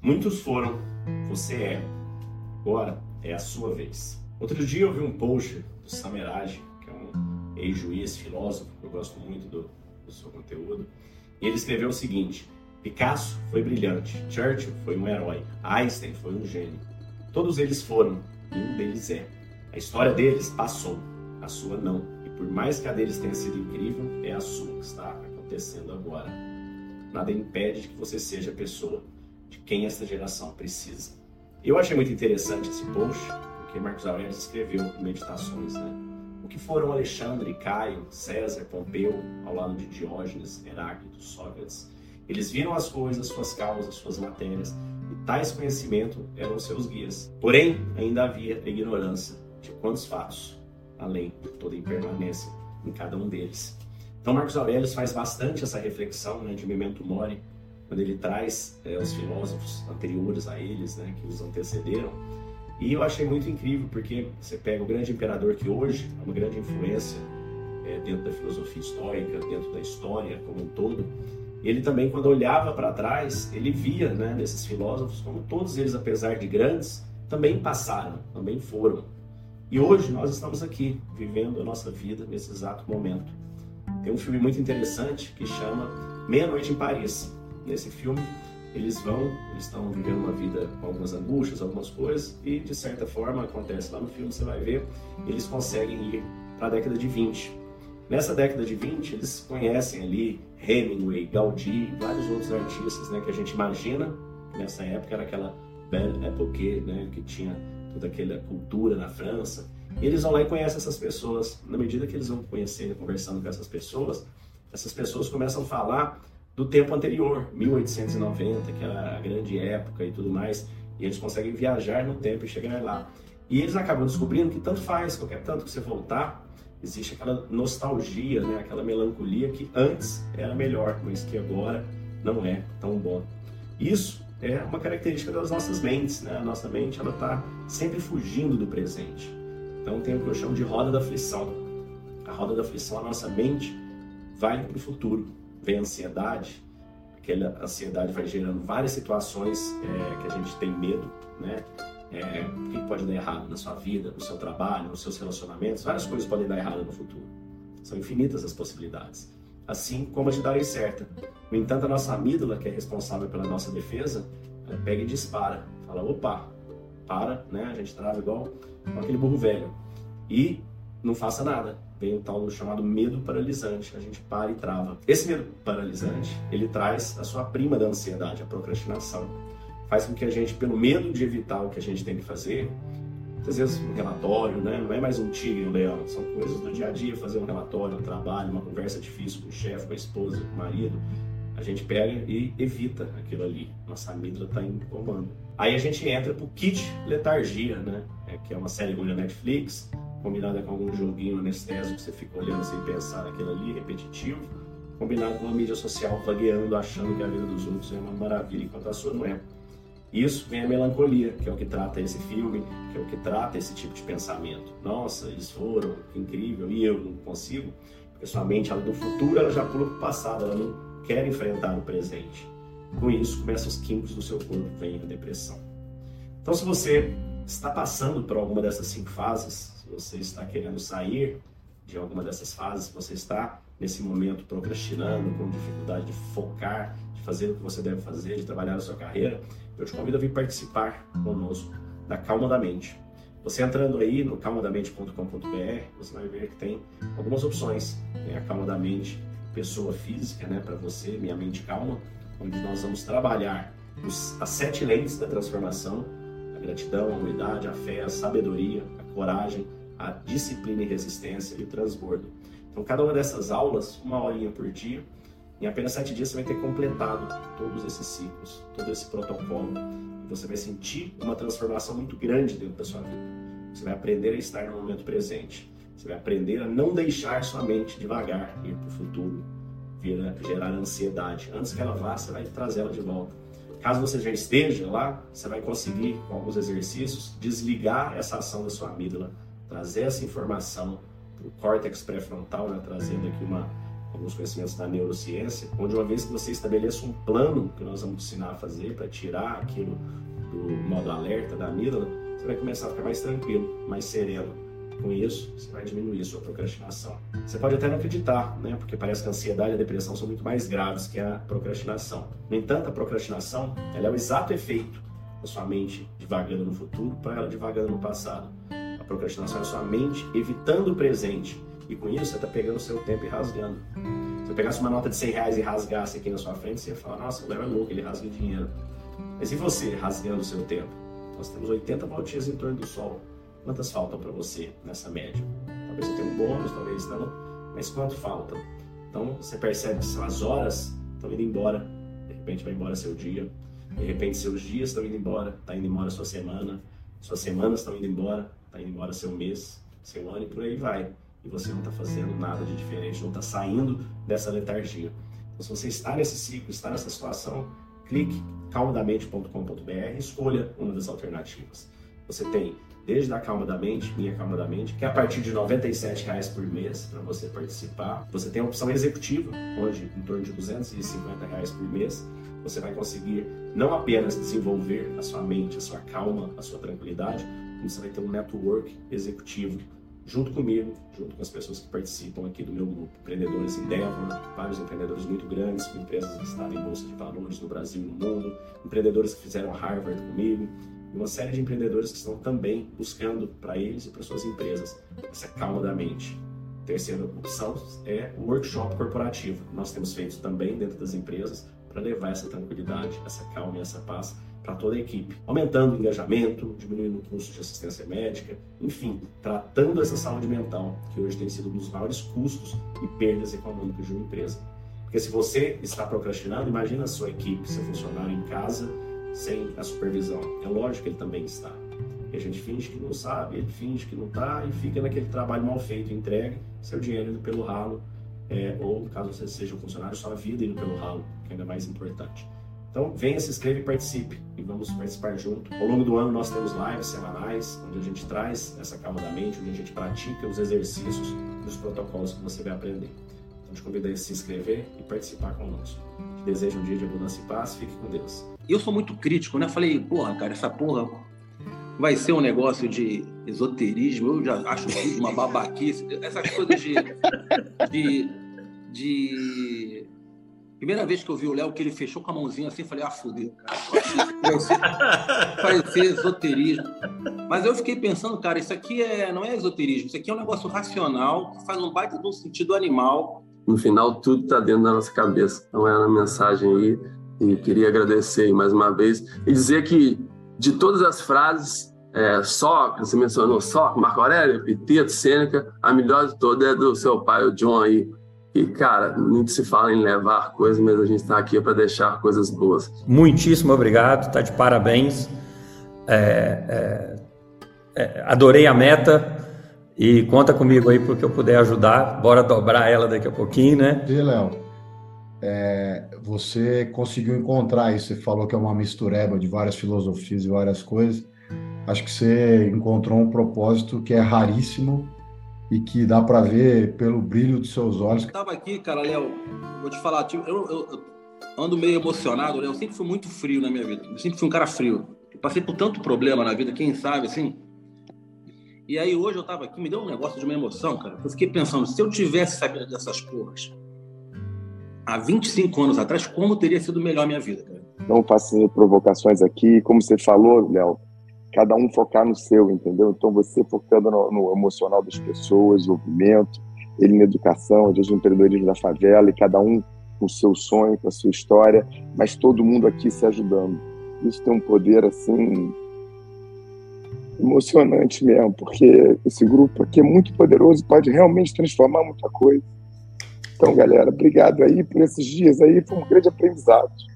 Muitos foram, você é. Agora é a sua vez. Outro dia eu vi um post do Sameraj, que é um ex-juiz, filósofo, que eu gosto muito do seu conteúdo. E ele escreveu o seguinte: Picasso foi brilhante, Churchill foi um herói, Einstein foi um gênio. Todos eles foram, e um deles é. A história deles passou, a sua não. E por mais que a deles tenha sido incrível, é a sua que está acontecendo agora. Nada impede de que você seja a pessoa de quem esta geração precisa. Eu achei muito interessante esse post, porque Marcos Aurelius escreveu Meditações, né? O que foram Alexandre, Caio, César, Pompeu, ao lado de Diógenes, Heráclito, Sócrates. Eles viram as coisas, suas causas, suas matérias, e tais conhecimentos eram seus guias. Porém, ainda havia a ignorância de quantos fatos, além de toda a impermanência em cada um deles. Então Marcos Aurelius faz bastante essa reflexão, né, de Memento Mori, quando ele traz os filósofos anteriores a eles, né, que os antecederam. E eu achei muito incrível, porque você pega o grande imperador, que hoje é uma grande influência dentro da filosofia estoica, dentro da história como um todo. Ele também, quando olhava para trás, ele via, né, nesses filósofos, como todos eles, apesar de grandes, também passaram, também foram. E hoje nós estamos aqui, vivendo a nossa vida nesse exato momento. Tem um filme muito interessante que chama Meia-Noite em Paris. Nesse filme, eles estão vivendo uma vida com algumas angústias, algumas coisas, e de certa forma, acontece lá no filme, você vai ver, eles conseguem ir para a década de 20. Nessa década de 20, eles conhecem ali Hemingway, Gaudí, vários outros artistas, né, que a gente imagina, nessa época era aquela Belle Époque, né, que tinha toda aquela cultura na França. E eles vão lá e conhecem essas pessoas. Na medida que eles vão conhecendo e conversando com essas pessoas começam a falar do tempo anterior, 1890, que era a grande época e tudo mais, e eles conseguem viajar no tempo e chegar lá. E eles acabam descobrindo que tanto faz, qualquer tanto que você voltar, existe aquela nostalgia, né, aquela melancolia que antes era melhor, mas que agora não é tão bom. Isso é uma característica das nossas mentes, né? A nossa mente está sempre fugindo do presente. Então tem o que eu chamo de roda da aflição. A roda da aflição, a nossa mente vai para o futuro. Vem a ansiedade, aquela ansiedade vai gerando várias situações que a gente tem medo, né? O que pode dar errado na sua vida, no seu trabalho, nos seus relacionamentos, várias coisas podem dar errado no futuro. São infinitas as possibilidades. Assim como a de darem certa. No entanto, a nossa amígdala, que é responsável pela nossa defesa, ela pega e dispara. Fala, opa, para, né? A gente trava igual com aquele burro velho. E não faça nada. Vem o tal chamado medo paralisante. A gente para e trava. Esse medo paralisante, ele traz a sua prima da ansiedade, a procrastinação. Faz com que a gente, pelo medo de evitar o que a gente tem que fazer, às vezes um relatório, né? Não é mais um tigre e um leão, são coisas do dia a dia, fazer um relatório, um trabalho, uma conversa difícil com o chefe, com a esposa, com o marido. A gente pega e evita aquilo ali. Nossa amígdala está em comando. Aí a gente entra pro kit letargia, né? Que é uma série ruim da Netflix, combinada com algum joguinho anestésico que você fica olhando sem pensar naquilo ali, repetitivo, combinado com uma mídia social vagueando, achando que a vida dos outros é uma maravilha, enquanto a sua não é. Isso vem a melancolia, que é o que trata esse filme, que é o que trata esse tipo de pensamento. Nossa, eles foram, que incrível, e eu não consigo, porque sua mente, ela do futuro, ela já pula para o passado, ela não quer enfrentar o presente. Com isso, começam os químicos do seu corpo, vem a depressão. Então, se você está passando por alguma dessas 5 fases, se você está querendo sair de alguma dessas fases, se você está nesse momento procrastinando, com dificuldade de focar, de fazer o que você deve fazer, de trabalhar na sua carreira, eu te convido a vir participar conosco da Calma da Mente. Você entrando aí no calmadamente.com.br, você vai ver que tem algumas opções. Tem a Calma da Mente, pessoa física, né, para você, Minha Mente Calma, onde nós vamos trabalhar as 7 lentes da transformação: a gratidão, a humildade, a fé, a sabedoria, a coragem, a disciplina e resistência e o transbordo. Então, cada uma dessas aulas, 1 horinha por dia, em apenas 7 dias você vai ter completado todos esses ciclos, todo esse protocolo. E você vai sentir uma transformação muito grande dentro da sua vida. Você vai aprender a estar no momento presente. Você vai aprender a não deixar sua mente devagar ir para o futuro, gerar ansiedade. Antes que ela vá, você vai trazer ela de volta. Caso você já esteja lá, você vai conseguir, com alguns exercícios, desligar essa ação da sua amígdala, trazer essa informação para o córtex pré-frontal, né, trazendo aqui uma alguns conhecimentos da neurociência, onde uma vez que você estabeleça um plano que nós vamos ensinar a fazer para tirar aquilo do modo alerta da amígdala, você vai começar a ficar mais tranquilo, mais sereno. Com isso, você vai diminuir a sua procrastinação. Você pode até não acreditar, né? Porque parece que a ansiedade e a depressão são muito mais graves que a procrastinação. No entanto, a procrastinação ela é o exato efeito da sua mente divagando no futuro para ela divagando no passado. A procrastinação é a sua mente evitando o presente. E com isso, você está pegando o seu tempo e rasgando. Se eu pegasse uma nota de R$100 e rasgasse aqui na sua frente, você ia falar, nossa, o Léo é louco, ele rasga dinheiro. Mas e você rasgando o seu tempo? Nós temos 80 voltinhas em torno do Sol. Quantas faltam para você nessa média? Talvez você tenha um bônus, talvez não, mas quanto falta? Então, você percebe que as horas estão indo embora, de repente vai embora seu dia, de repente seus dias estão indo embora, está indo embora sua semana, suas semanas estão indo embora, está indo embora seu mês, seu ano e por aí vai. E você não está fazendo nada de diferente, não está saindo dessa letargia. Então, se você está nesse ciclo, está nessa situação, clique calmadamente.com.br e escolha uma das alternativas. Você tem desde a Calma da Mente, Minha Calma da Mente, que é a partir de R$ 97,00 por mês para você participar. Você tem a opção executiva, onde em torno de R$ 250,00 por mês, você vai conseguir não apenas desenvolver a sua mente, a sua calma, a sua tranquilidade, como você vai ter um network executivo junto comigo, junto com as pessoas que participam aqui do meu grupo. Empreendedores Endeavor, vários empreendedores muito grandes, com empresas listadas em bolsa de valores no Brasil e no mundo, empreendedores que fizeram Harvard comigo, e uma série de empreendedores que estão também buscando para eles e para suas empresas essa calma da mente. Terceira opção é o workshop corporativo. Nós temos feito também dentro das empresas para levar essa tranquilidade, essa calma e essa paz para toda a equipe, aumentando o engajamento, diminuindo o custo de assistência médica, enfim, tratando essa saúde mental, que hoje tem sido um dos maiores custos e perdas econômicas de uma empresa. Porque se você está procrastinando, imagina a sua equipe, seu funcionário em casa, sem a supervisão. É lógico que ele também está. E a gente finge que não sabe, ele finge que não está e fica naquele trabalho mal feito, entregue seu dinheiro indo pelo ralo, ou, caso você seja um funcionário, sua vida indo pelo ralo, que é ainda mais importante. Então, venha, se inscreva e participe, e vamos participar junto. Ao longo do ano, nós temos lives semanais, onde a gente traz essa calma da mente, onde a gente pratica os exercícios e os protocolos que você vai aprender. Então, te convido a se inscrever e participar conosco. Te desejo um dia de abundância e paz, fique com Deus. Eu sou muito crítico, né? Falei, porra, cara, essa porra vai ser um negócio de esoterismo, eu já acho tudo uma babaquice, essas coisas de... Primeira vez que eu vi o Léo, que ele fechou com a mãozinha assim, falei, fudeu, cara, vai ser esoterismo. Mas eu fiquei pensando, cara, isso aqui não é esoterismo, isso aqui é um negócio racional, que faz um baita de um sentido animal. No final, tudo está dentro da nossa cabeça. Então, era a mensagem aí, e queria agradecer aí mais uma vez, e dizer que, de todas as frases, você mencionou Sócrates, Marco Aurélio, Epiteto, Sêneca, a melhor de todas é do seu pai, o John aí. E, cara, muito se fala em levar coisas, mas a gente está aqui para deixar coisas boas. Muitíssimo obrigado, tá de parabéns. Adorei a meta e conta comigo aí porque eu puder ajudar. Bora dobrar ela daqui a pouquinho, né? E, Léo, você conseguiu encontrar isso. Você falou que é uma mistureba de várias filosofias e várias coisas. Acho que você encontrou um propósito que é raríssimo e que dá para ver pelo brilho dos seus olhos. Eu tava aqui, cara, Léo, vou te falar, eu ando meio emocionado, Léo, eu sempre fui muito frio na minha vida, eu sempre fui um cara frio, eu passei por tanto problema na vida, quem sabe, assim, e aí hoje eu tava aqui, me deu um negócio de uma emoção, cara, eu fiquei pensando, se eu tivesse sabido dessas porras há 25 anos atrás, como teria sido melhor a minha vida, cara? Não faço provocações aqui, como você falou, Léo, cada um focar no seu, entendeu? Então, você focando no emocional das pessoas, desenvolvimento, ele na educação, às vezes no empreendedorismo da favela, e cada um com o seu sonho, com a sua história, mas todo mundo aqui se ajudando. Isso tem um poder, assim, emocionante mesmo, porque esse grupo aqui é muito poderoso, pode realmente transformar muita coisa. Então, galera, obrigado aí por esses dias aí, foi um grande aprendizado.